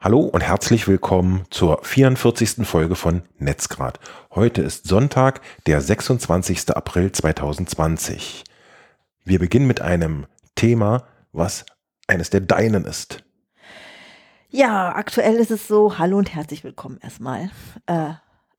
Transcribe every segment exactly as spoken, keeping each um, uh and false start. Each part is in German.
Hallo und herzlich willkommen zur vierundvierzigsten Folge von Netzgrad. Heute ist Sonntag, der sechsundzwanzigster April zweitausendzwanzig. Wir beginnen mit einem Thema, was eines der deinen ist. Ja, aktuell ist es so, hallo und herzlich willkommen erstmal. Äh,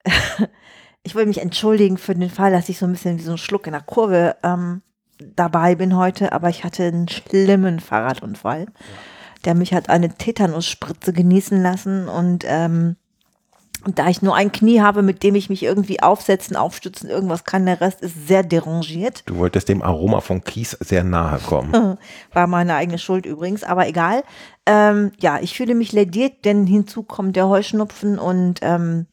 ich will mich entschuldigen für den Fall, dass ich so ein bisschen wie so ein Schluck in der Kurve ähm, dabei bin heute, aber ich hatte einen schlimmen Fahrradunfall, der mich hat eine Tetanusspritze genießen lassen und ähm, und da ich nur ein Knie habe, mit dem ich mich irgendwie aufsetzen, aufstützen, irgendwas kann, der Rest ist sehr derangiert. Du wolltest dem Aroma von Kies sehr nahe kommen. War meine eigene Schuld übrigens, aber egal. Ähm, ja, ich fühle mich lädiert, denn hinzu kommt der Heuschnupfen und ähm,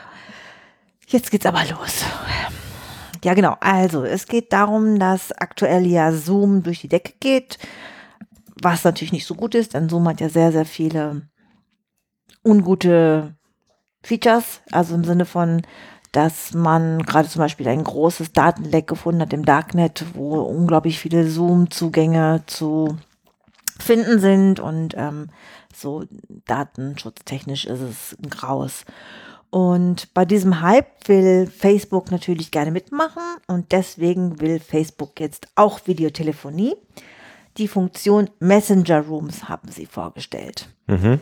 jetzt geht's aber los. Ja, genau. Also, es geht darum, dass aktuell ja Zoom durch die Decke geht, was natürlich nicht so gut ist, denn Zoom hat ja sehr, sehr viele ungute Features, also im Sinne von, dass man gerade zum Beispiel ein großes Datenleck gefunden hat im Darknet, wo unglaublich viele Zoom-Zugänge zu finden sind und ähm, so datenschutztechnisch ist es ein Graus. Und bei diesem Hype will Facebook natürlich gerne mitmachen und deswegen will Facebook jetzt auch Videotelefonie. Die Funktion Messenger Rooms haben sie vorgestellt. Mhm.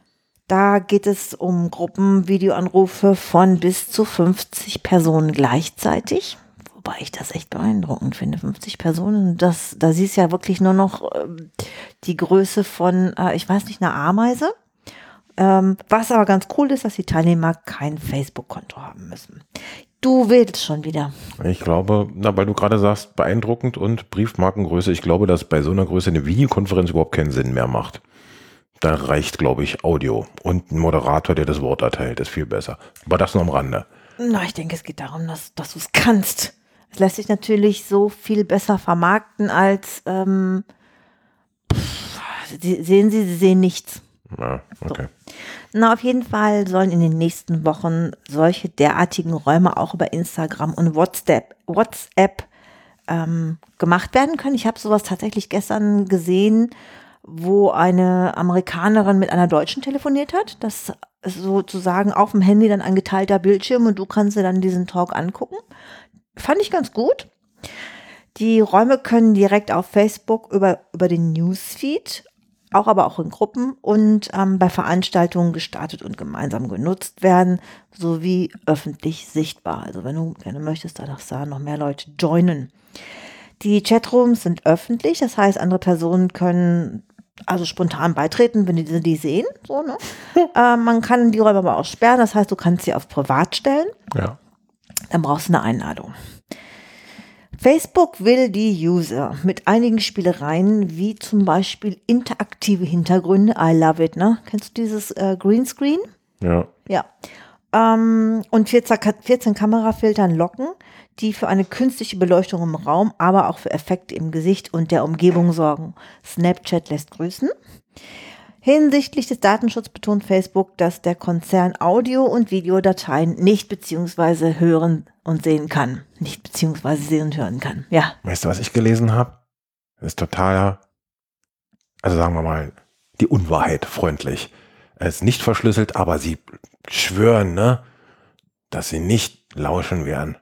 Da geht es um Gruppenvideoanrufe von bis zu fünfzig Personen gleichzeitig. Wobei ich das echt beeindruckend finde, fünfzig Personen. Das, da siehst du ja wirklich nur noch äh, die Größe von, äh, ich weiß nicht, einer Ameise. Ähm, was aber ganz cool ist, dass die Teilnehmer kein Facebook-Konto haben müssen. Du wählst schon wieder. Ich glaube, na, weil du gerade sagst, beeindruckend und Briefmarkengröße, ich glaube, dass bei so einer Größe eine Videokonferenz überhaupt keinen Sinn mehr macht. Da reicht, glaube ich, Audio und ein Moderator, der das Wort erteilt, ist viel besser. Aber das nur am Rande. Na, ich denke, es geht darum, dass, dass du es kannst. Es lässt sich natürlich so viel besser vermarkten als, ähm, pff, Sie, sehen Sie, Sie sehen nichts. Ja, okay. So. Na, auf jeden Fall sollen in den nächsten Wochen solche derartigen Räume auch über Instagram und WhatsApp, WhatsApp ähm, gemacht werden können. Ich habe sowas tatsächlich gestern gesehen, wo eine Amerikanerin mit einer Deutschen telefoniert hat. Das ist sozusagen auf dem Handy dann ein geteilter Bildschirm und du kannst dir dann diesen Talk angucken. Fand ich ganz gut. Die Räume können direkt auf Facebook über, über den Newsfeed, auch aber auch in Gruppen und ähm, bei Veranstaltungen gestartet und gemeinsam genutzt werden, sowie öffentlich sichtbar. Also wenn du gerne möchtest, dass da noch mehr Leute joinen. Die Chatrooms sind öffentlich, das heißt, andere Personen können also spontan beitreten, wenn die die sehen. So, ne? äh, man kann die Räume aber auch sperren, das heißt, du kannst sie auf privat stellen. Ja. Dann brauchst du eine Einladung. Facebook will die User mit einigen Spielereien, wie zum Beispiel interaktive Hintergründe, I love it, ne? Kennst du dieses äh, Greenscreen? Ja. Ja. Ähm, und vierzehn, vierzehn Kamerafiltern locken, die für eine künstliche Beleuchtung im Raum, aber auch für Effekte im Gesicht und der Umgebung sorgen. Snapchat lässt grüßen. Hinsichtlich des Datenschutzes betont Facebook, dass der Konzern Audio- und Videodateien nicht beziehungsweise hören und sehen kann. Nicht beziehungsweise sehen und hören kann. Ja. Weißt du, was ich gelesen habe? Das ist total, also sagen wir mal, die Unwahrheit freundlich. Es ist nicht verschlüsselt, aber sie schwören, ne, dass sie nicht lauschen werden.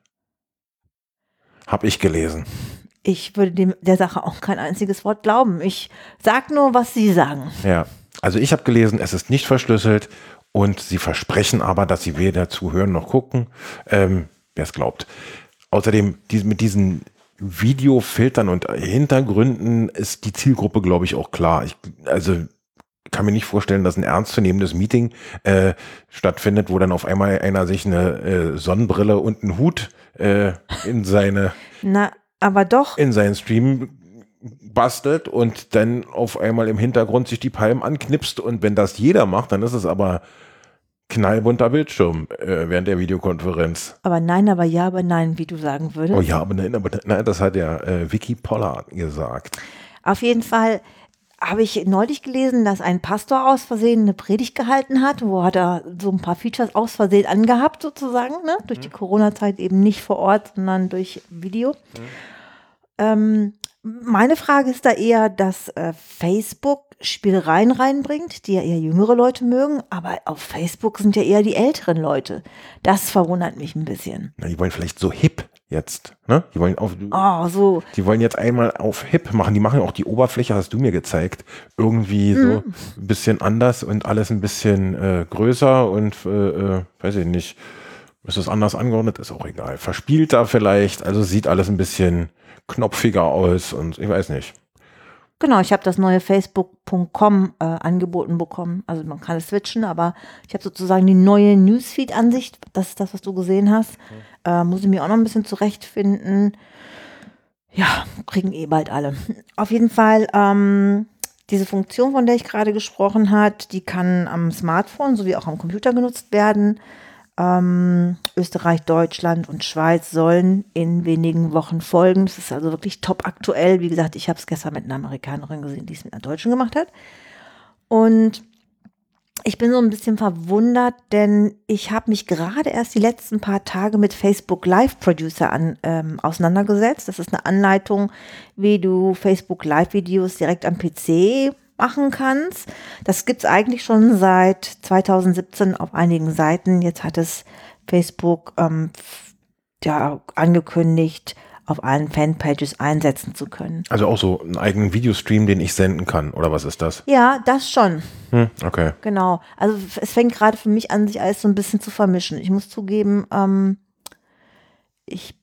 Hab ich gelesen. Ich würde dem, der Sache auch kein einziges Wort glauben. Ich sag nur, was sie sagen. Ja, also ich habe gelesen, es ist nicht verschlüsselt und sie versprechen aber, dass sie weder zuhören noch gucken. Ähm, wer es glaubt. Außerdem die, mit diesen Videofiltern und Hintergründen ist die Zielgruppe, glaube ich, auch klar. Ich, also kann mir nicht vorstellen, dass ein ernstzunehmendes Meeting äh, stattfindet, wo dann auf einmal einer sich eine äh, Sonnenbrille und einen Hut äh, in seine Na, aber doch. in seinen Stream bastelt und dann auf einmal im Hintergrund sich die Palmen anknipst und wenn das jeder macht, dann ist es aber knallbunter Bildschirm äh, während der Videokonferenz. Aber nein, aber ja, aber nein, wie du sagen würdest. Oh ja, aber nein, aber nein, das hat ja äh, Vicky Pollard gesagt. Auf jeden Fall habe ich neulich gelesen, dass ein Pastor aus Versehen eine Predigt gehalten hat, wo hat er so ein paar Features aus Versehen angehabt sozusagen, ne? Durch die Corona-Zeit eben nicht vor Ort, sondern durch Video. Mhm. Ähm, meine Frage ist da eher, dass äh, Facebook Spielereien reinbringt, die ja eher jüngere Leute mögen, aber auf Facebook sind ja eher die älteren Leute. Das verwundert mich ein bisschen. Na, die wollen vielleicht so hip jetzt, ne? Die wollen auf, Oh, so. Die wollen jetzt einmal auf hip machen. Die machen auch die Oberfläche, hast du mir gezeigt, irgendwie so ein bisschen anders und alles ein bisschen äh, größer und äh, äh, weiß ich nicht, ist es anders angeordnet, ist auch egal. Verspielter vielleicht, also sieht alles ein bisschen knopfiger aus und ich weiß nicht. Genau, ich habe das neue Facebook Punkt com äh, angeboten bekommen. Also man kann es switchen, aber ich habe sozusagen die neue Newsfeed-Ansicht. Das ist das, was du gesehen hast. Mhm. Äh, muss ich mir auch noch ein bisschen zurechtfinden. Ja, kriegen eh bald alle. Auf jeden Fall, ähm, diese Funktion, von der ich gerade gesprochen habe, die kann am Smartphone sowie auch am Computer genutzt werden. Ähm, Österreich, Deutschland und Schweiz sollen in wenigen Wochen folgen. Das ist also wirklich top aktuell. Wie gesagt, ich habe es gestern mit einer Amerikanerin gesehen, die es mit einer Deutschen gemacht hat. Und ich bin so ein bisschen verwundert, denn ich habe mich gerade erst die letzten paar Tage mit Facebook Live Producer an, ähm, auseinandergesetzt. Das ist eine Anleitung, wie du Facebook Live Videos direkt am P C machen kannst. Das gibt es eigentlich schon seit zweitausendsiebzehn auf einigen Seiten. Jetzt hat es Facebook ähm, ja, angekündigt, auf allen Fanpages einsetzen zu können. Also auch so einen eigenen Videostream, den ich senden kann, oder was ist das? Ja, das schon. Hm, okay. Genau. Also es fängt gerade für mich an, sich alles so ein bisschen zu vermischen. Ich muss zugeben, ähm, ich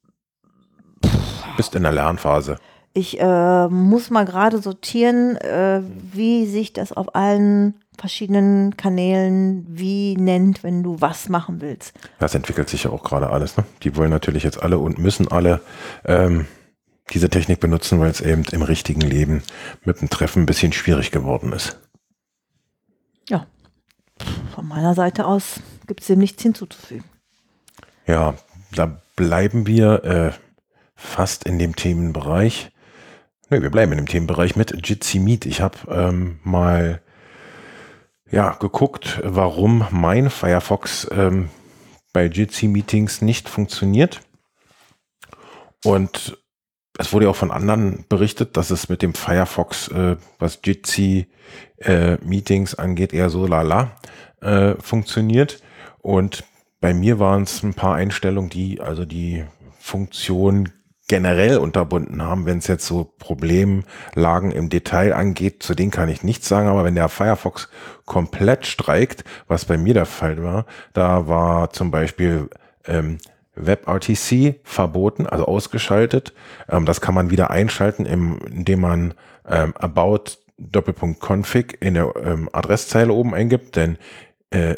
Du bist in der Lernphase. Ich äh, muss mal gerade sortieren, äh, wie sich das auf allen verschiedenen Kanälen wie nennt, wenn du was machen willst. Das entwickelt sich ja auch gerade alles. Ne? Die wollen natürlich jetzt alle und müssen alle ähm, diese Technik benutzen, weil es eben im richtigen Leben mit dem Treffen ein bisschen schwierig geworden ist. Ja, von meiner Seite aus gibt es dem nichts hinzuzufügen. Ja, da bleiben wir äh, fast in dem Themenbereich. Nö, wir bleiben in dem Themenbereich mit Jitsi Meet. Ich habe ähm, mal ja, geguckt, warum mein Firefox ähm, bei Jitsi Meetings nicht funktioniert. Und es wurde auch von anderen berichtet, dass es mit dem Firefox, äh, was Jitsi äh, Meetings angeht, eher so lala äh, funktioniert. Und bei mir waren es ein paar Einstellungen, die also die Funktion generell unterbunden haben, wenn es jetzt so Problemlagen im Detail angeht, zu denen kann ich nichts sagen, aber wenn der Firefox komplett streikt, was bei mir der Fall war, da war zum Beispiel ähm, WebRTC verboten, also ausgeschaltet. Ähm, das kann man wieder einschalten, im, indem man ähm, about Doppelpunkt config in der ähm, Adresszeile oben eingibt, denn äh,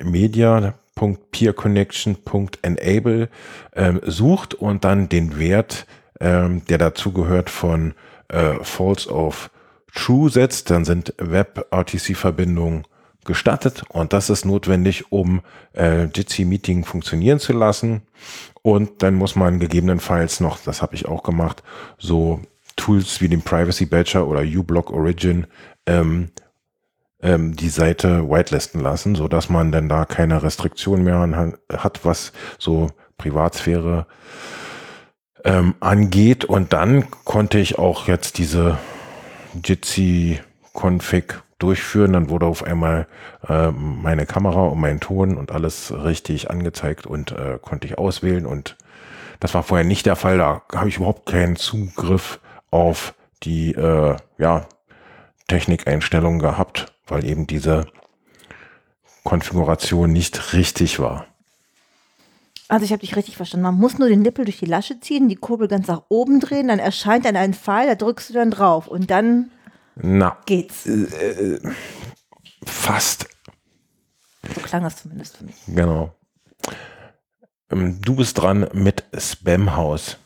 media.peerconnection.enable ähm, sucht und dann den Wert, ähm, der dazugehört, von äh, false auf true setzt, dann sind WebRTC-Verbindungen gestattet und das ist notwendig, um äh, Jitsi Meeting funktionieren zu lassen. Und dann muss man gegebenenfalls noch, das habe ich auch gemacht, so Tools wie den Privacy Badger oder uBlock Origin ähm, ähm, die Seite whitelisten lassen, so dass man dann da keine Restriktion mehr an, hat, was so Privatsphäre ähm, angeht. Und dann konnte ich auch jetzt diese Jitsi-Config durchführen. Dann wurde auf einmal äh, meine Kamera und mein Ton und alles richtig angezeigt und äh, konnte ich auswählen. Und das war vorher nicht der Fall. Da habe ich überhaupt keinen Zugriff auf die äh, ja, Technikeinstellungen gehabt, weil eben diese Konfiguration nicht richtig war. Also ich habe dich richtig verstanden. Man muss nur den Nippel durch die Lasche ziehen, die Kurbel ganz nach oben drehen, dann erscheint dann ein Pfeil, da drückst du dann drauf und dann Na, geht's. Äh, fast. So klang das zumindest für mich. Genau. Ähm, du bist dran mit Spamhaus.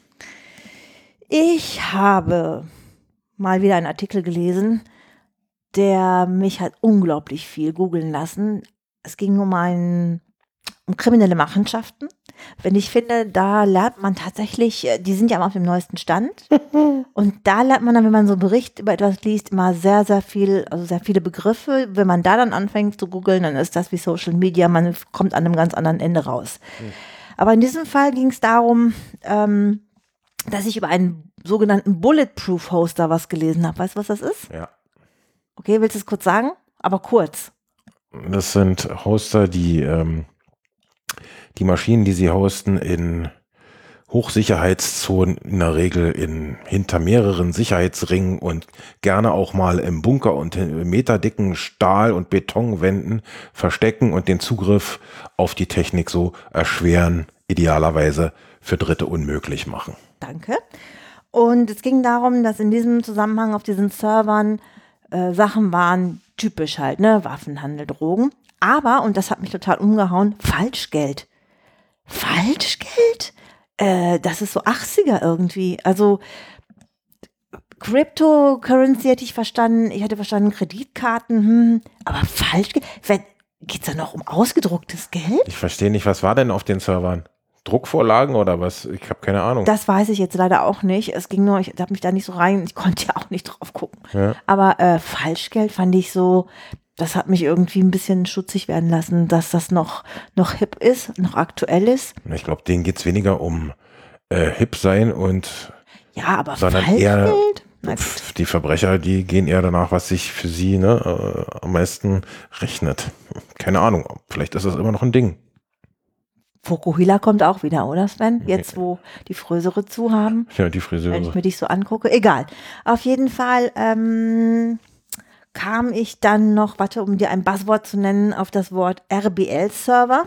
Ich habe mal wieder einen Artikel gelesen, der mich hat unglaublich viel googeln lassen. Es ging um ein um kriminelle Machenschaften. Wenn ich finde, da lernt man tatsächlich, die sind ja immer auf dem neuesten Stand. Und da lernt man dann, wenn man so einen Bericht über etwas liest, immer sehr, sehr viel, also sehr viele Begriffe. Wenn man da dann anfängt zu googeln, dann ist das wie Social Media, man kommt an einem ganz anderen Ende raus. Mhm. Aber in diesem Fall ging es darum, ähm, dass ich über einen sogenannten Bulletproof Hoster was gelesen habe. Weißt du, was das ist? Ja. Okay, willst du es kurz sagen? Aber kurz. Das sind Hoster, die ähm, die Maschinen, die sie hosten, in Hochsicherheitszonen, in der Regel in hinter mehreren Sicherheitsringen und gerne auch mal im Bunker und meterdicken Stahl- und Betonwänden verstecken und den Zugriff auf die Technik so erschweren, idealerweise für Dritte unmöglich machen. Danke. Und es ging darum, dass in diesem Zusammenhang auf diesen Servern äh, Sachen waren, typisch halt, ne, Waffenhandel, Drogen. Aber, und das hat mich total umgehauen, Falschgeld. Falschgeld? Äh, das ist so achtziger irgendwie. Also Cryptocurrency hätte ich verstanden, ich hätte verstanden Kreditkarten, hm, aber Falschgeld? Geht es da noch um ausgedrucktes Geld? Ich verstehe nicht, was war denn auf den Servern? Druckvorlagen oder was? Ich habe keine Ahnung. Das weiß ich jetzt leider auch nicht. Es ging nur, ich habe mich da nicht so rein, ich konnte ja auch nicht drauf gucken. Ja. Aber äh, Falschgeld fand ich so, das hat mich irgendwie ein bisschen schutzig werden lassen, dass das noch, noch hip ist, noch aktuell ist. Ich glaube, denen geht es weniger um äh, hip sein und Ja, aber sondern Falschgeld? eher Na gut. pf, die Verbrecher, die gehen eher danach, was sich für sie ne, äh, am meisten rechnet. Keine Ahnung, vielleicht ist das immer noch ein Ding. Fokuhila kommt auch wieder, oder Sven? Jetzt, wo die Frösere zu haben. Ja, die Wenn ich Friseure. mir dich so angucke. Egal. Auf jeden Fall ähm, kam ich dann noch, warte, um dir ein Buzzword zu nennen, auf das Wort R B L-Server.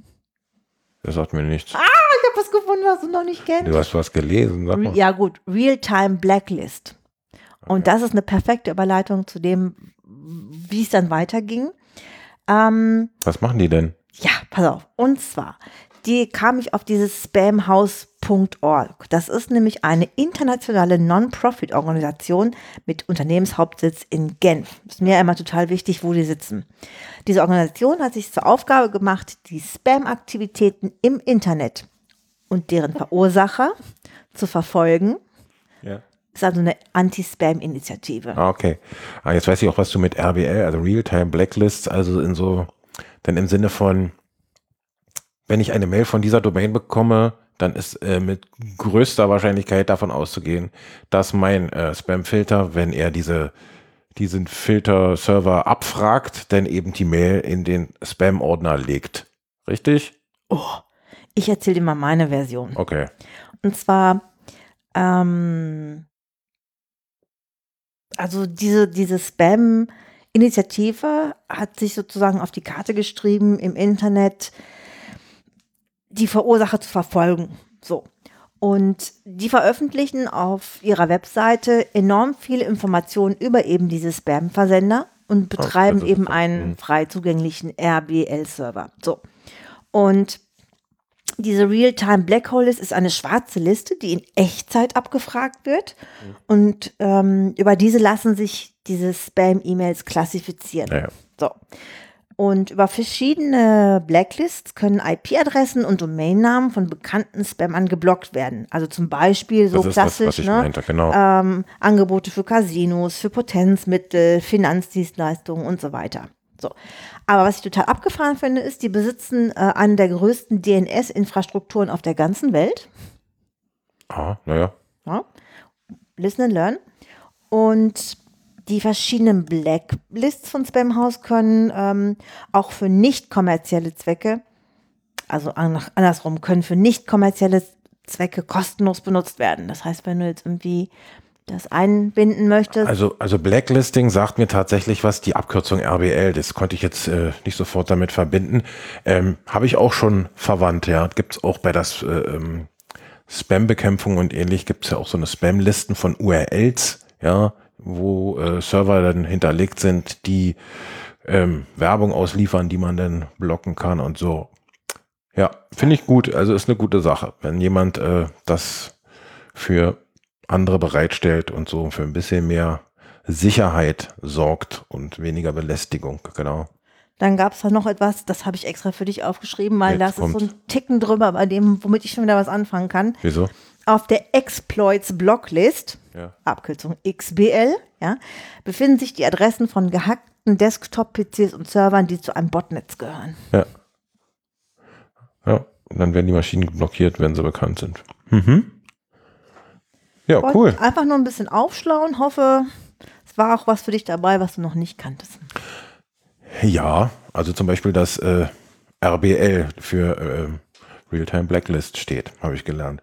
Das sagt mir nichts. Ich habe was gefunden, was du noch nicht kennst. Du hast was gelesen, sag mal. Ja gut, Real-Time Blacklist. Und das ist eine perfekte Überleitung zu dem, wie es dann weiterging. Ähm, Was machen die denn? ja, pass auf. Und zwar, die kam ich auf dieses spamhaus punkt org. Das ist nämlich eine internationale Non-Profit-Organisation mit Unternehmenshauptsitz in Genf. Ist mir immer total wichtig, wo die sitzen. Diese Organisation hat sich zur Aufgabe gemacht, die Spam-Aktivitäten im Internet und deren Verursacher zu verfolgen. Ja. Ist also eine Anti-Spam-Initiative. Ah, okay. Ah, jetzt weiß ich auch, was du mit R B L, also Real-Time Blacklists, also in so, dann im Sinne von, wenn ich eine Mail von dieser Domain bekomme, dann ist äh, mit größter Wahrscheinlichkeit davon auszugehen, dass mein äh, Spam-Filter, wenn er diese, diesen Filter-Server abfragt, dann eben die Mail in den Spam-Ordner legt. Richtig? Oh, ich erzähle dir mal meine Version. Okay. Und zwar, ähm, also diese, diese Spam-Initiative hat sich sozusagen auf die Karte geschrieben, im Internet die Verursacher zu verfolgen. So. Und die veröffentlichen auf ihrer Webseite enorm viele Informationen über eben diese Spam-Versender und betreiben das ist eben super. einen Mhm. frei zugänglichen R B L-Server. So. Und diese Real-Time Black Hole List ist eine schwarze Liste, die in Echtzeit abgefragt wird. Mhm. Und ähm, über diese lassen sich diese Spam-E-Mails klassifizieren. Ja, ja. So. Und über verschiedene Blacklists können I P-Adressen und Domainnamen von bekannten Spammern geblockt werden. Also zum Beispiel so Das ist das, klassisch, was ich ne, meinte, genau. ähm, Angebote für Casinos, für Potenzmittel, Finanzdienstleistungen und so weiter. So. Aber was ich total abgefahren finde, ist, die besitzen äh, eine der größten D N S-Infrastrukturen auf der ganzen Welt. Ah, naja. Ja. Listen and learn. Und die verschiedenen Blacklists von Spamhaus können ähm, auch für nicht kommerzielle Zwecke, also an, andersrum, können für nicht kommerzielle Zwecke kostenlos benutzt werden. Das heißt, wenn du jetzt irgendwie das einbinden möchtest. Also, also Blacklisting sagt mir tatsächlich was, die Abkürzung R B L, das konnte ich jetzt äh, nicht sofort damit verbinden. Ähm, Habe ich auch schon verwandt, ja. Gibt es auch bei der äh, ähm, Spam-Bekämpfung und ähnlich, gibt es ja auch so eine Spam-Listen von U R Ls, ja, wo äh, Server dann hinterlegt sind, die ähm, Werbung ausliefern, die man dann blocken kann und so. Ja, finde ich gut. Also ist eine gute Sache, wenn jemand äh, das für andere bereitstellt und so für ein bisschen mehr Sicherheit sorgt und weniger Belästigung, genau. Dann gab es da noch etwas, das habe ich extra für dich aufgeschrieben, weil Jetzt das ist so kommt's. ein Ticken drüber bei dem, womit ich schon wieder was anfangen kann. Wieso? Auf der Exploits Blocklist, Ja. Abkürzung X B L, ja, befinden sich die Adressen von gehackten Desktop-P Cs und Servern, die zu einem Botnetz gehören. Ja. Ja, und dann werden die Maschinen blockiert, wenn sie bekannt sind. Mhm. Ja, Wollte cool. Einfach nur ein bisschen aufschlauen, hoffe, es war auch was für dich dabei, was du noch nicht kanntest. Ja, also zum Beispiel das äh, R B L für äh, Real-Time Blacklist steht, habe ich gelernt.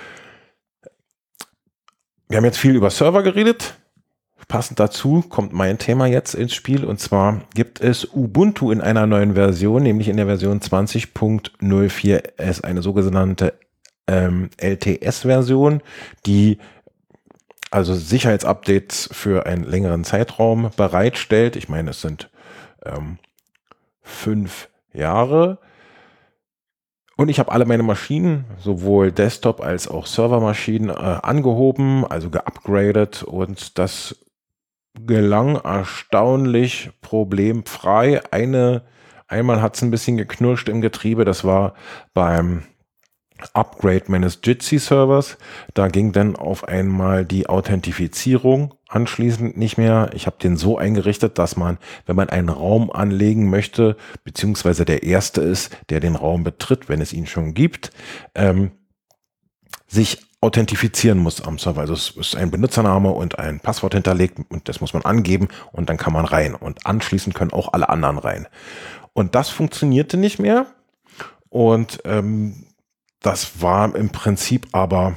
Wir haben jetzt viel über Server geredet. Passend dazu kommt mein Thema jetzt ins Spiel, und zwar gibt es Ubuntu in einer neuen Version, nämlich in der Version zwanzig Punkt null vier S, eine sogenannte ähm, L T S-Version, die also Sicherheitsupdates für einen längeren Zeitraum bereitstellt. Ich meine, es sind ähm, fünf Jahre. Und ich habe alle meine Maschinen, sowohl Desktop als auch Servermaschinen, äh, angehoben, also geupgradet, und das gelang erstaunlich problemfrei. Eine, einmal hat es ein bisschen geknirscht im Getriebe, das war beim Upgrade meines Jitsi-Servers. Da ging dann auf einmal die Authentifizierung anschließend nicht mehr. Ich habe den so eingerichtet, dass man, wenn man einen Raum anlegen möchte, beziehungsweise der Erste ist, der den Raum betritt, wenn es ihn schon gibt, ähm, sich authentifizieren muss am Server. Also es ist ein Benutzername und ein Passwort hinterlegt und das muss man angeben und dann kann man rein. Und anschließend können auch alle anderen rein. Und das funktionierte nicht mehr. Und ähm, das war im Prinzip aber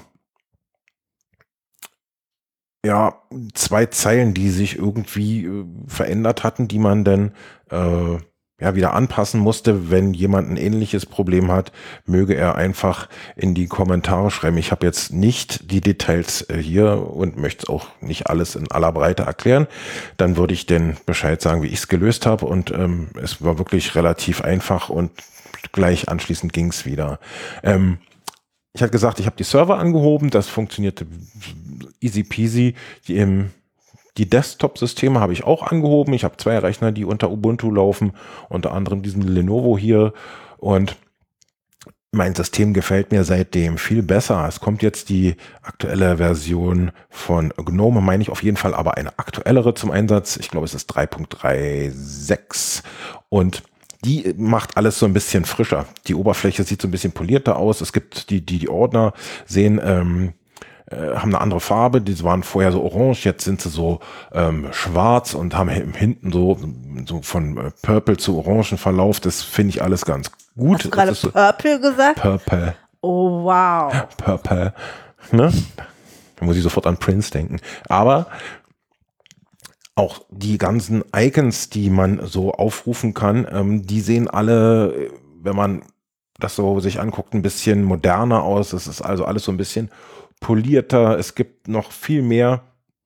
ja zwei Zeilen, die sich irgendwie äh, verändert hatten, die man dann äh, ja wieder anpassen musste. Wenn jemand ein ähnliches Problem hat, möge er einfach in die Kommentare schreiben. Ich habe jetzt nicht die Details äh, hier und möchte auch nicht alles in aller Breite erklären. Dann würde ich denn Bescheid sagen, wie ich es gelöst habe. Und ähm, es war wirklich relativ einfach und gleich anschließend ging es wieder. Ähm, ich hatte gesagt, ich habe die Server angehoben. Das funktionierte easy peasy. Die im Die Desktop-Systeme habe ich auch angehoben. Ich habe zwei Rechner, die unter Ubuntu laufen, unter anderem diesen Lenovo hier. Und mein System gefällt mir seitdem viel besser. Es kommt jetzt die aktuelle Version von GNOME, meine ich auf jeden Fall, aber eine aktuellere zum Einsatz. Ich glaube, es ist drei Punkt sechsunddreißig und die macht alles so ein bisschen frischer. Die Oberfläche sieht so ein bisschen polierter aus. Es gibt die, die, die Ordner sehen, ähm, haben eine andere Farbe, die waren vorher so orange, jetzt sind sie so ähm, schwarz und haben hinten so, so von äh, Purple zu orangen Verlauf. Das finde ich alles ganz gut. Hast du gerade so Purple gesagt? Purple. Oh, wow. Purple. Ne? Da muss ich sofort an Prince denken. Aber auch die ganzen Icons, die man so aufrufen kann, ähm, die sehen alle, wenn man das so sich anguckt, ein bisschen moderner aus. Es ist also alles so ein bisschen polierter. Es gibt noch viel mehr.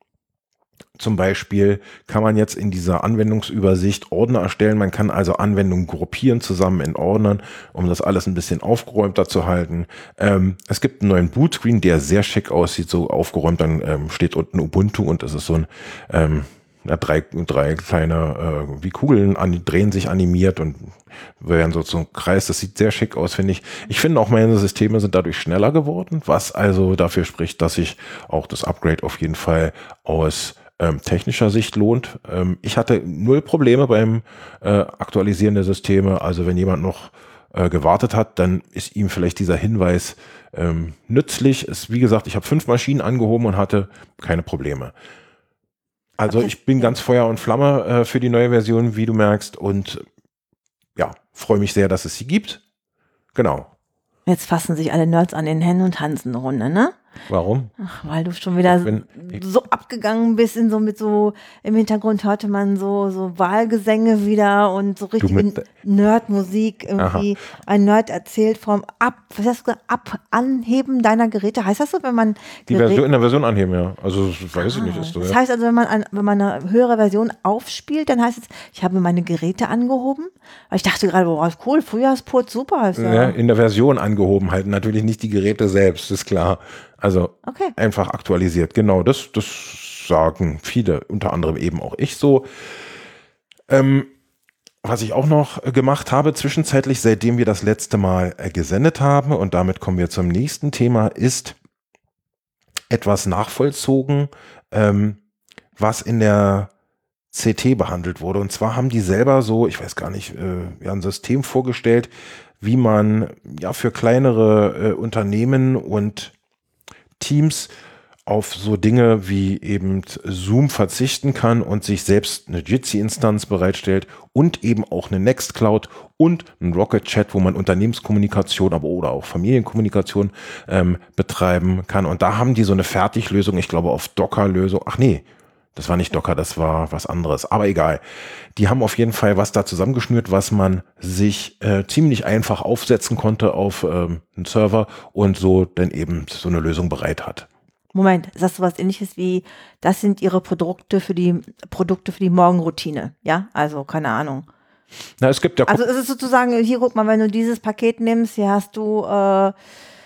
Zum Beispiel kann man jetzt in dieser Anwendungsübersicht Ordner erstellen. Man kann also Anwendungen gruppieren zusammen in Ordnern, um das alles ein bisschen aufgeräumter zu halten. Ähm, es gibt einen neuen Bootscreen, der sehr schick aussieht, so aufgeräumt. Dann ähm, steht unten Ubuntu und es ist so ein ähm, ja, drei, drei kleine äh, wie Kugeln an, drehen sich animiert und werden so zum Kreis. Das sieht sehr schick aus, finde ich. Ich finde auch, meine Systeme sind dadurch schneller geworden, was also dafür spricht, dass sich auch das Upgrade auf jeden Fall aus ähm, technischer Sicht lohnt. Ähm, ich hatte null Probleme beim äh, Aktualisieren der Systeme. Also wenn jemand noch äh, gewartet hat, dann ist ihm vielleicht dieser Hinweis ähm, nützlich. Ist, wie gesagt, ich habe fünf Maschinen angehoben und hatte keine Probleme. Also ich bin ganz Feuer und Flamme äh, für die neue Version, wie du merkst, und ja, freue mich sehr, dass es sie gibt. Genau. Jetzt fassen sich alle Nerds an den Händen und tanzen eine Runde, ne? Warum? Ach, weil du schon wieder Wenn, so abgegangen bist, in so mit so, im Hintergrund hörte man so, so Wahlgesänge wieder und so richtig mit, Nerdmusik irgendwie. Aha. Ein Nerd erzählt vom Ab, was hast du gesagt, Ab, Anheben deiner Geräte. Heißt das so, wenn man die Version in der Version anheben, ja. Also weiß ah, ich nicht. Ist so, das ja. heißt also, wenn man, ein, wenn man eine höhere Version aufspielt, dann heißt es, ich habe meine Geräte angehoben. Weil ich dachte gerade, boah, cool, Frühjahrsputz, super. Ist ja. Ja, in der Version angehoben halt, natürlich nicht die Geräte selbst, ist klar. Also okay. Einfach aktualisiert. Genau, das, das sagen viele, unter anderem eben auch ich so. Ähm, was ich auch noch gemacht habe, zwischenzeitlich, seitdem wir das letzte Mal äh, gesendet haben, und damit kommen wir zum nächsten Thema, ist etwas nachvollzogen, ähm, was in der C T behandelt wurde. Und zwar haben die selber so, ich weiß gar nicht, äh, ja, ein System vorgestellt, wie man ja für kleinere äh, Unternehmen und Teams auf so Dinge wie eben Zoom verzichten kann und sich selbst eine Jitsi-Instanz bereitstellt und eben auch eine Nextcloud und ein Rocket Chat, wo man Unternehmenskommunikation, aber oder auch Familienkommunikation ähm, betreiben kann. Und da haben die so eine Fertiglösung, ich glaube auf Docker-Lösung. Ach nee, das war nicht Docker, das war was anderes. Aber egal. Die haben auf jeden Fall was da zusammengeschnürt, was man sich äh, ziemlich einfach aufsetzen konnte auf ähm, einen Server und so dann eben so eine Lösung bereit hat. Moment, sagst du was Ähnliches wie, das sind ihre Produkte für die Produkte für die Morgenroutine, ja? Also, keine Ahnung. Na, es gibt ja. Also, es ist sozusagen, hier guck mal, wenn du dieses Paket nimmst, hier hast du äh, äh,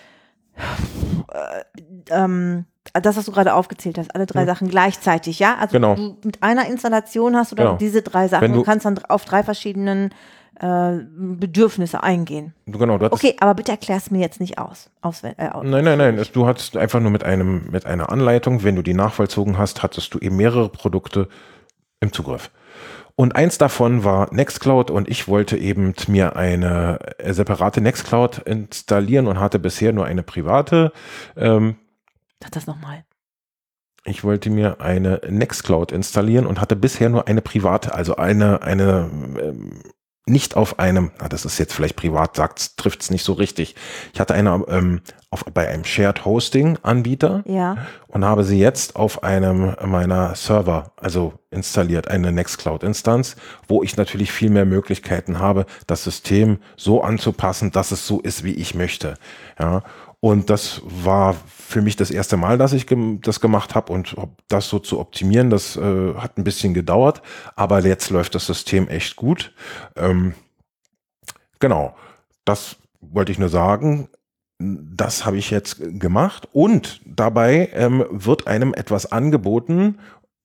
ähm, das, was du gerade aufgezählt hast, alle drei Hm. Sachen gleichzeitig, ja? Also, Genau. du, mit einer Installation hast du dann Genau. diese drei Sachen Wenn du- und kannst dann auf drei verschiedenen äh, Bedürfnisse eingehen. Genau, du hattest, Okay, aber bitte erklär es mir jetzt nicht aus. Auswen äh, aus. Nein, nein, nein. es- Du hattest einfach nur mit einem, mit einer Anleitung, wenn du die nachvollzogen hast, hattest du eben mehrere Produkte im Zugriff. Und eins davon war Nextcloud und ich wollte eben mir eine äh, separate Nextcloud installieren und hatte bisher nur eine private. Ähm, Sag das nochmal. ich wollte mir eine Nextcloud installieren und hatte bisher nur eine private, also eine, eine ähm, nicht auf einem, na, das ist jetzt vielleicht privat, sagt, trifft es nicht so richtig. Ich hatte eine ähm, auf, bei einem Shared Hosting Anbieter Ja. und habe sie jetzt auf einem meiner Server, also installiert, eine Nextcloud-Instanz, wo ich natürlich viel mehr Möglichkeiten habe, das System so anzupassen, dass es so ist, wie ich möchte. Ja. Und das war für mich das erste Mal, dass ich gem- das gemacht habe und das so zu optimieren, das äh, hat ein bisschen gedauert, aber jetzt läuft das System echt gut. Ähm, genau, das wollte ich nur sagen. Das habe ich jetzt gemacht und dabei ähm, wird einem etwas angeboten,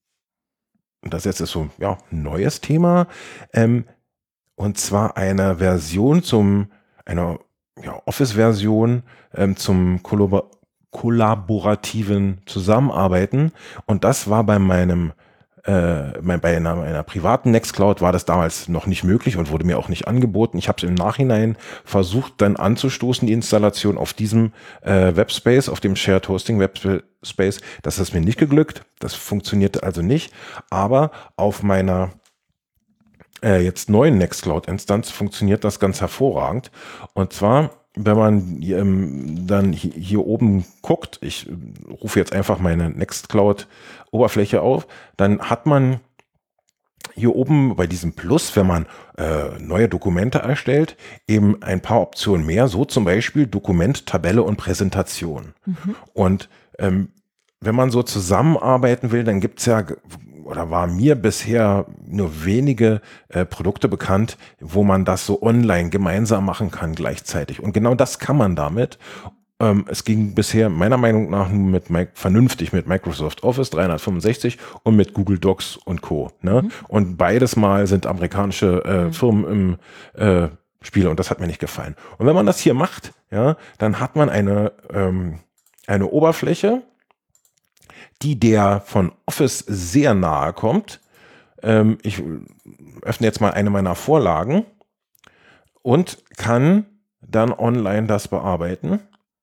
und das jetzt ist so ja, ein neues Thema, ähm, und zwar eine Version zum, eine ja, Office-Version ähm, zum Kollabor kollaborativen Zusammenarbeiten. Und das war bei meinem, äh, mein, bei einer, einer privaten Nextcloud war das damals noch nicht möglich und wurde mir auch nicht angeboten. Ich habe es im Nachhinein versucht dann anzustoßen, die Installation auf diesem äh, Webspace, auf dem Shared Hosting Webspace. Das ist mir nicht geglückt. Das funktionierte also nicht. Aber auf meiner Äh, jetzt neuen Nextcloud-Instanz funktioniert das ganz hervorragend. Und zwar, wenn man ähm, dann hier, hier oben guckt, ich äh, rufe jetzt einfach meine Nextcloud-Oberfläche auf, dann hat man hier oben bei diesem Plus, wenn man äh, neue Dokumente erstellt, eben ein paar Optionen mehr, so zum Beispiel Dokument, Tabelle und Präsentation. Mhm. Und ähm, wenn man so zusammenarbeiten will, dann gibt's ja, oder war mir bisher nur wenige äh, Produkte bekannt, wo man das so online gemeinsam machen kann gleichzeitig. Und genau das kann man damit. Ähm, es ging bisher meiner Meinung nach nur mit Mi- vernünftig mit Microsoft Office dreihundertfünfundsechzig und mit Google Docs und Co. Ne? Mhm. Und beides Mal sind amerikanische äh, Mhm. Firmen im äh, Spiel und das hat mir nicht gefallen. Und wenn man das hier macht, ja, dann hat man eine, ähm, eine Oberfläche, die der von Office sehr nahe kommt. Ähm, ich öffne jetzt mal eine meiner Vorlagen und kann dann online das bearbeiten.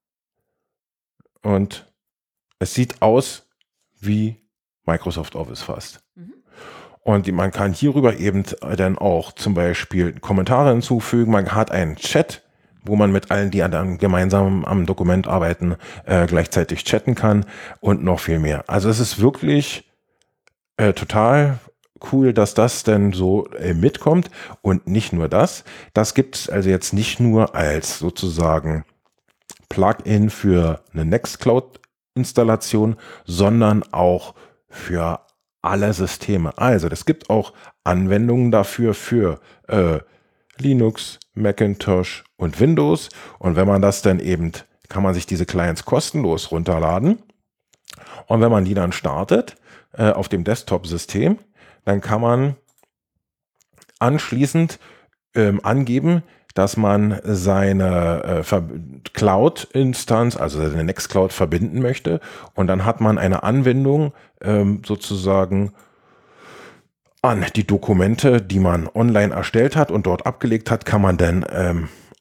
Und es sieht aus wie Microsoft Office fast. Mhm. Und die, man kann hierüber eben dann auch zum Beispiel Kommentare hinzufügen. Man hat einen Chat, wo man mit allen, die dann gemeinsam am Dokument arbeiten, äh, gleichzeitig chatten kann und noch viel mehr. Also es ist wirklich äh, total cool, dass das denn so äh, mitkommt. Und nicht nur das, das gibt es also jetzt nicht nur als sozusagen Plugin für eine Nextcloud-Installation, sondern auch für alle Systeme. Also es gibt auch Anwendungen dafür für äh, Linux, Macintosh und Windows. Und wenn man das dann eben, kann man sich diese Clients kostenlos runterladen. Und wenn man die dann startet äh, auf dem Desktop-System, dann kann man anschließend ähm, angeben, dass man seine äh, Cloud-Instanz, also seine Nextcloud verbinden möchte. Und dann hat man eine Anwendung ähm, sozusagen an die Dokumente, die man online erstellt hat und dort abgelegt hat, kann man dann ähm,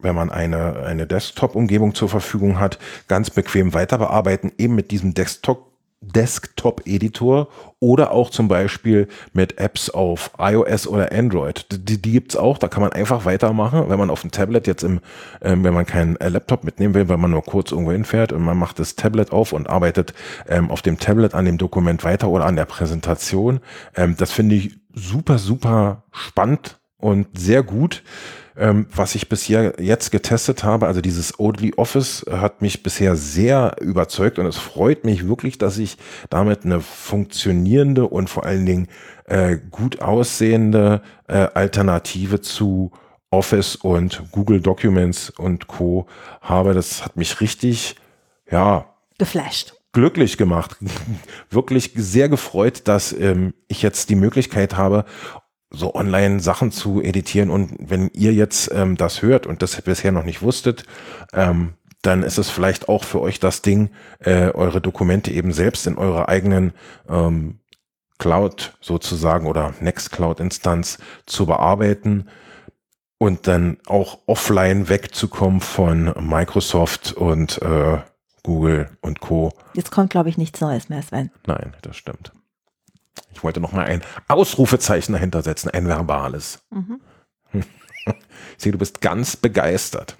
wenn man eine, eine Desktop-Umgebung zur Verfügung hat, ganz bequem weiter bearbeiten, eben mit diesem Desktop Desktop-Editor oder auch zum Beispiel mit Apps auf iOS oder Android. Die, die gibt's auch, da kann man einfach weitermachen, wenn man auf dem Tablet jetzt im, äh, wenn man keinen äh, Laptop mitnehmen will, weil man nur kurz irgendwo hinfährt und man macht das Tablet auf und arbeitet ähm, auf dem Tablet an dem Dokument weiter oder an der Präsentation. Ähm, das finde ich super, super spannend und sehr gut. Ähm, was ich bisher jetzt getestet habe, also dieses Oatly Office hat mich bisher sehr überzeugt und es freut mich wirklich, dass ich damit eine funktionierende und vor allen Dingen äh, gut aussehende äh, Alternative zu Office und Google Documents und Co. habe. Das hat mich richtig, ja, geflasht. Glücklich gemacht. Wirklich sehr gefreut, dass ähm, ich jetzt die Möglichkeit habe, so online Sachen zu editieren, und wenn ihr jetzt ähm, das hört und das bisher noch nicht wusstet, ähm, dann ist es vielleicht auch für euch das Ding, äh, eure Dokumente eben selbst in eurer eigenen ähm, Cloud sozusagen oder Nextcloud-Instanz zu bearbeiten und dann auch offline wegzukommen von Microsoft und äh, Google und Co. Jetzt kommt, glaube ich, nichts Neues mehr, Sven. Nein, das stimmt. Ich wollte noch mal ein Ausrufezeichen dahinter setzen, ein verbales. Mhm. Ich sehe, du bist ganz begeistert.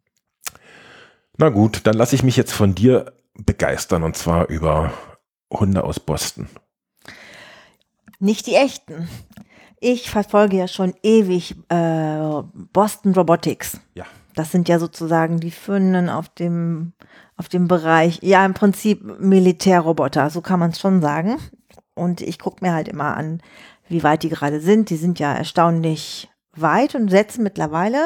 Na gut, dann lasse ich mich jetzt von dir begeistern, und zwar über Hunde aus Boston. Nicht die echten. Ich verfolge ja schon ewig äh, Boston Robotics. Ja. Das sind ja sozusagen die Führenden auf dem, auf dem Bereich, ja, im Prinzip Militärroboter, so kann man es schon sagen. Und ich gucke mir halt immer an, wie weit die gerade sind. Die sind ja erstaunlich weit und setzen mittlerweile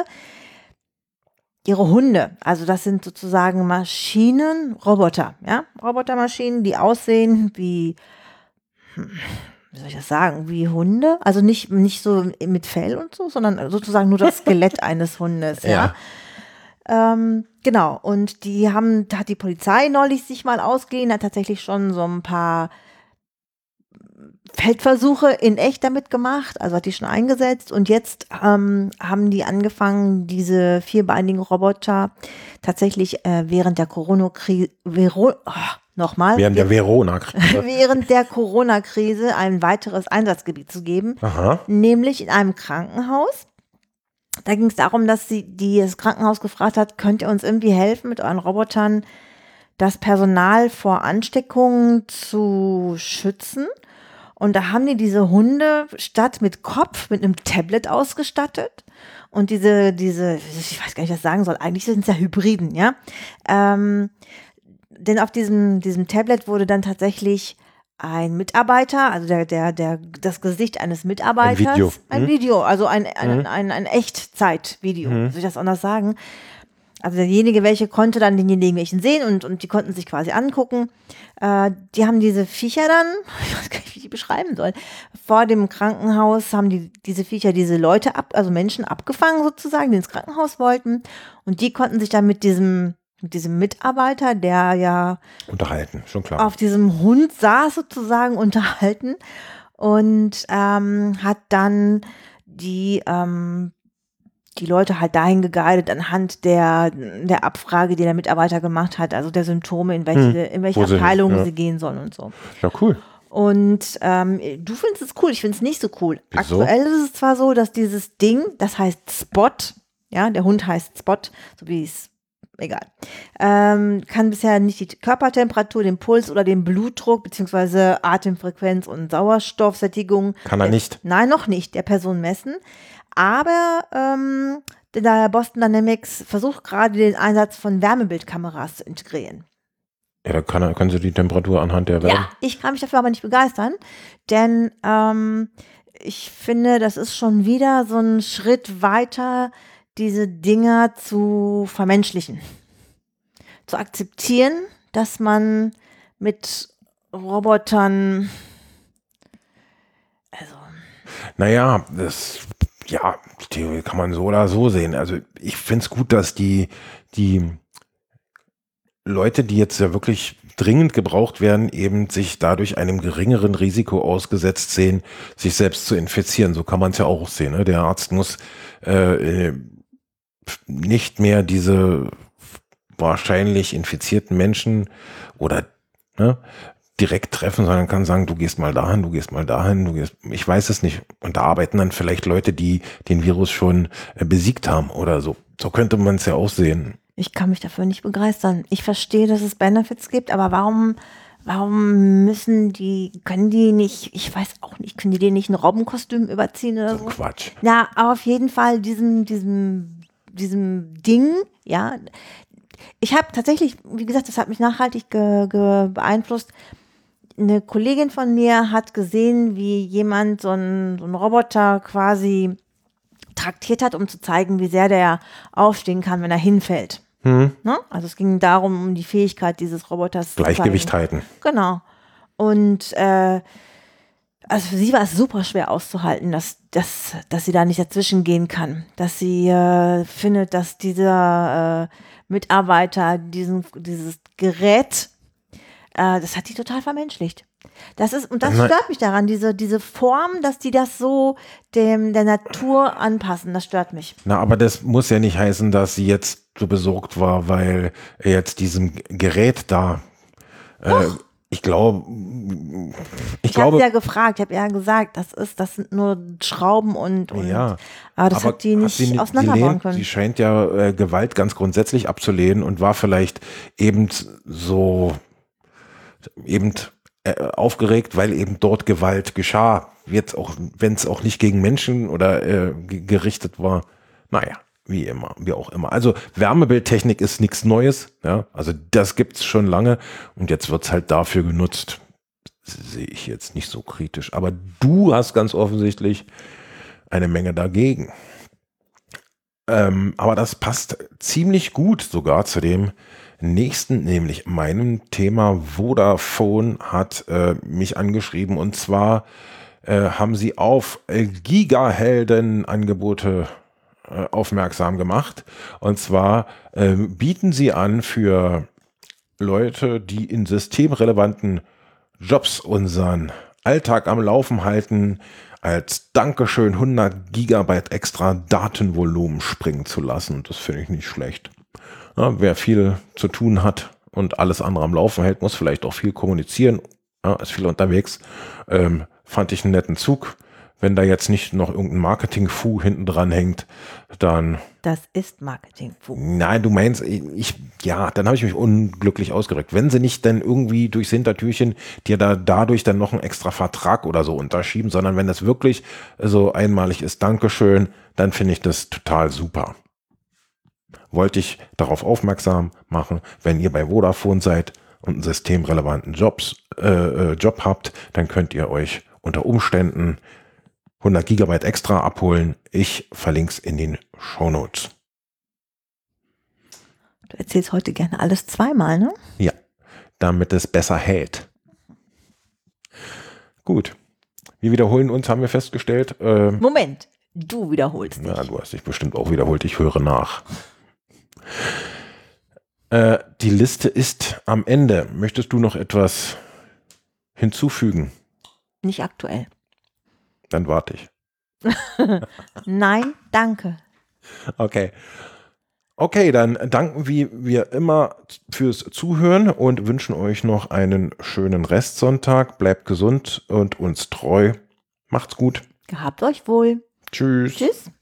ihre Hunde. Also das sind sozusagen Maschinen, Roboter, ja, Robotermaschinen, die aussehen wie, hm, wie soll ich das sagen, wie Hunde. Also nicht, nicht so mit Fell und so, sondern sozusagen nur das Skelett eines Hundes, ja. ja. Ähm, genau, und die haben, da hat die Polizei neulich sich mal ausgeliehen, hat tatsächlich schon so ein paar Feldversuche in echt damit gemacht, also hat die schon eingesetzt, und jetzt ähm, haben die angefangen, diese vierbeinigen Roboter tatsächlich äh, während der Corona-Krise, Vero- oh, nochmal, während der Verona-Krise, während der Corona-Krise ein weiteres Einsatzgebiet zu geben, Aha. nämlich in einem Krankenhaus. Da ging es darum, dass sie, die das Krankenhaus gefragt hat, könnt ihr uns irgendwie helfen mit euren Robotern, das Personal vor Ansteckungen zu schützen? Und da haben die diese Hunde statt mit Kopf mit einem Tablet ausgestattet. Und diese, diese, ich weiß gar nicht, was ich sagen soll, eigentlich sind es ja Hybriden, ja. Ähm, denn auf diesem, diesem Tablet wurde dann tatsächlich ein Mitarbeiter, also der, der, der, das Gesicht eines Mitarbeiters. Ein Video. Ein hm? Video, also ein, ein, Mhm. ein, ein Echtzeitvideo, Mhm. wie soll ich das anders sagen? Also derjenige, welche konnte dann denjenigen welchen sehen, und, und die konnten sich quasi angucken. Äh, die haben diese Viecher dann, ich weiß gar nicht, wie ich die beschreiben soll, vor dem Krankenhaus haben die diese Viecher diese Leute ab, also Menschen abgefangen sozusagen, die ins Krankenhaus wollten, und die konnten sich dann mit diesem, mit diesem Mitarbeiter, der ja Unterhalten, schon klar. auf diesem Hund saß sozusagen, unterhalten, und ähm, hat dann die ähm, die Leute halt dahin geguidet anhand der, der Abfrage, die der Mitarbeiter gemacht hat, also der Symptome, in welche, Hm, in welche wo sie- Abteilung ja. sie gehen sollen und so. Ja, cool. Und ähm, du findest es cool, ich finde es nicht so cool. Wieso? Aktuell ist es zwar so, dass dieses Ding, das heißt Spot, ja, der Hund heißt Spot, so wie es, egal, ähm, kann bisher nicht die Körpertemperatur, den Puls oder den Blutdruck beziehungsweise Atemfrequenz und Sauerstoffsättigung. Kann er nicht. Nein, noch nicht, der Person messen. Aber ähm, der Boston Dynamics versucht gerade den Einsatz von Wärmebildkameras zu integrieren. Ja, da kann er, können Sie die Temperatur anhand der Wärme. Ja, ich kann mich dafür aber nicht begeistern, denn ähm, ich finde, das ist schon wieder so ein Schritt weiter, diese Dinger zu vermenschlichen. Zu akzeptieren, dass man mit Robotern, also Naja, das, ja, die Theorie kann man so oder so sehen. Also ich finde es gut, dass die, die Leute, die jetzt ja wirklich dringend gebraucht werden, eben sich dadurch einem geringeren Risiko ausgesetzt sehen, sich selbst zu infizieren. So kann man es ja auch sehen. Ne? Der Arzt muss äh, nicht mehr diese wahrscheinlich infizierten Menschen oder ne, direkt treffen, sondern kann sagen, du gehst mal dahin, du gehst mal dahin, du gehst, ich weiß es nicht. Und da arbeiten dann vielleicht Leute, die den Virus schon äh, besiegt haben oder so. So könnte man es ja auch sehen. Ich kann mich dafür nicht begeistern. Ich verstehe, dass es Benefits gibt, aber warum, warum müssen die, können die nicht, ich weiß auch nicht, können die denen nicht ein Robbenkostüm überziehen oder so? So Quatsch. Ja, aber auf jeden Fall diesem, diesem, diesem Ding, ja. Ich habe tatsächlich, wie gesagt, das hat mich nachhaltig ge, ge beeinflusst. Eine Kollegin von mir hat gesehen, wie jemand so einen, so einen Roboter quasi traktiert hat, um zu zeigen, wie sehr der aufstehen kann, wenn er hinfällt. Hm. Ne? Also es ging darum, um die Fähigkeit dieses Roboters Gleichgewicht zu zeigen. halten. Genau. Und äh, also für sie war es super schwer auszuhalten, dass, dass, dass sie da nicht dazwischen gehen kann. Dass sie äh, findet, dass dieser äh, Mitarbeiter diesen, dieses Gerät, äh, das hat die total vermenschlicht. Das ist, und das Nein. stört mich daran, diese, diese Form, dass die das so dem, der Natur anpassen, das stört mich. Na, aber das muss ja nicht heißen, dass sie jetzt so besorgt war, weil er jetzt diesem Gerät da, äh, ich glaube, ich, Ich glaube, habe ja gefragt, ich habe ja gesagt, das ist, das sind nur Schrauben und, und ja, aber das hat die nicht sie auseinanderbauen gelehnt? können. Sie scheint ja äh, Gewalt ganz grundsätzlich abzulehnen und war vielleicht eben so, eben äh, aufgeregt, weil eben dort Gewalt geschah. Jetzt auch, wenn es auch nicht gegen Menschen oder äh, g- gerichtet war. Naja, wie immer, wie auch immer. Also Wärmebildtechnik ist nichts Neues. Ja, also das gibt's schon lange und jetzt wird's halt dafür genutzt. Sehe ich jetzt nicht so kritisch. Aber du hast ganz offensichtlich eine Menge dagegen. Ähm, aber das passt ziemlich gut sogar zu dem nächsten, nämlich meinem Thema. Vodafone hat äh, mich angeschrieben und zwar äh, haben sie auf äh, Gigahelden-Angebote äh, aufmerksam gemacht. Und zwar äh, bieten sie an für Leute, die in systemrelevanten Jobs unseren Alltag am Laufen halten, als Dankeschön hundert Gigabyte extra Datenvolumen springen zu lassen. Das finde ich nicht schlecht. Ja, wer viel zu tun hat und alles andere am Laufen hält, muss vielleicht auch viel kommunizieren, ja, ist viel unterwegs. Ähm, fand ich einen netten Zug. Wenn da jetzt nicht noch irgendein Marketing-Fu hinten dran hängt, dann... Das ist Marketing. Nein, du meinst, ich, ja, dann habe ich mich unglücklich ausgedrückt. Wenn sie nicht dann irgendwie durchs Hintertürchen dir da dadurch dann noch einen extra Vertrag oder so unterschieben, sondern wenn das wirklich so einmalig ist, Dankeschön, dann finde ich das total super. Wollte ich darauf aufmerksam machen, wenn ihr bei Vodafone seid und einen systemrelevanten Jobs, äh, Job habt, dann könnt ihr euch unter Umständen hundert Gigabyte extra abholen. Ich verlinke es in den Shownotes. Du erzählst heute gerne alles zweimal, ne? Ja, damit es besser hält. Gut. Wir wiederholen uns, haben wir festgestellt. Ähm, Moment, du wiederholst dich. ja, du hast dich bestimmt auch wiederholt. Ich höre nach. Äh, die Liste ist am Ende. Möchtest du noch etwas hinzufügen? Nicht aktuell. Dann warte ich. Nein, danke. Okay. Okay, dann danken wir, wir immer fürs Zuhören und wünschen euch noch einen schönen Restsonntag. Bleibt gesund und uns treu. Macht's gut. Gehabt euch wohl. Tschüss. Tschüss.